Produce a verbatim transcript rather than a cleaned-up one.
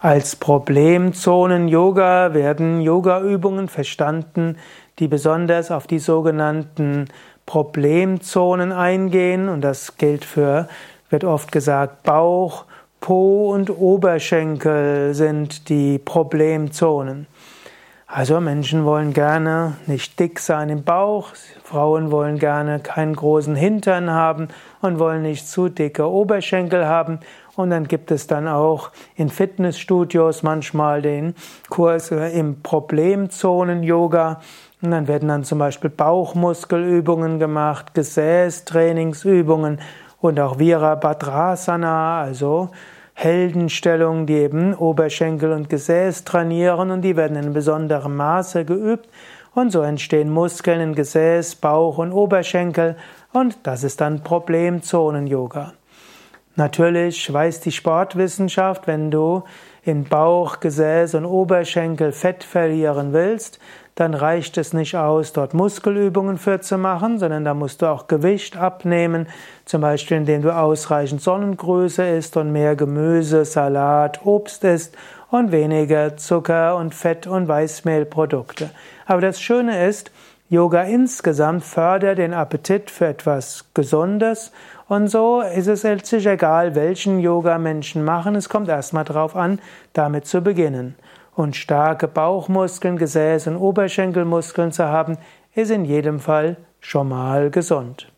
Als Problemzonen-Yoga werden Yoga-Übungen verstanden, die besonders auf die sogenannten Problemzonen eingehen. Und das gilt für, wird oft gesagt, Bauch, Po und Oberschenkel sind die Problemzonen. Also Menschen wollen gerne nicht dick sein im Bauch, Frauen wollen gerne keinen großen Hintern haben und wollen nicht zu dicke Oberschenkel haben. Und dann gibt es dann auch in Fitnessstudios manchmal den Kurs im Problemzonen-Yoga. Und dann werden dann zum Beispiel Bauchmuskelübungen gemacht, Gesäßtrainingsübungen und auch Virabhadrasana, also Heldenstellungen, die eben Oberschenkel und Gesäß trainieren, und die werden in besonderem Maße geübt, und so entstehen Muskeln in Gesäß, Bauch und Oberschenkel, und das ist dann Problemzonen-Yoga. Natürlich weiß die Sportwissenschaft, wenn du in Bauch, Gesäß und Oberschenkel Fett verlieren willst, dann reicht es nicht aus, dort Muskelübungen für zu machen, sondern da musst du auch Gewicht abnehmen, zum Beispiel indem du ausreichend Sonnengröße isst und mehr Gemüse, Salat, Obst isst und weniger Zucker und Fett und Weißmehlprodukte. Aber das Schöne ist, Yoga insgesamt fördert den Appetit für etwas Gesundes, und so ist es letztlich egal, welchen Yoga Menschen machen. Es kommt erstmal darauf an, damit zu beginnen. Und starke Bauchmuskeln, Gesäß- und Oberschenkelmuskeln zu haben, ist in jedem Fall schon mal gesund.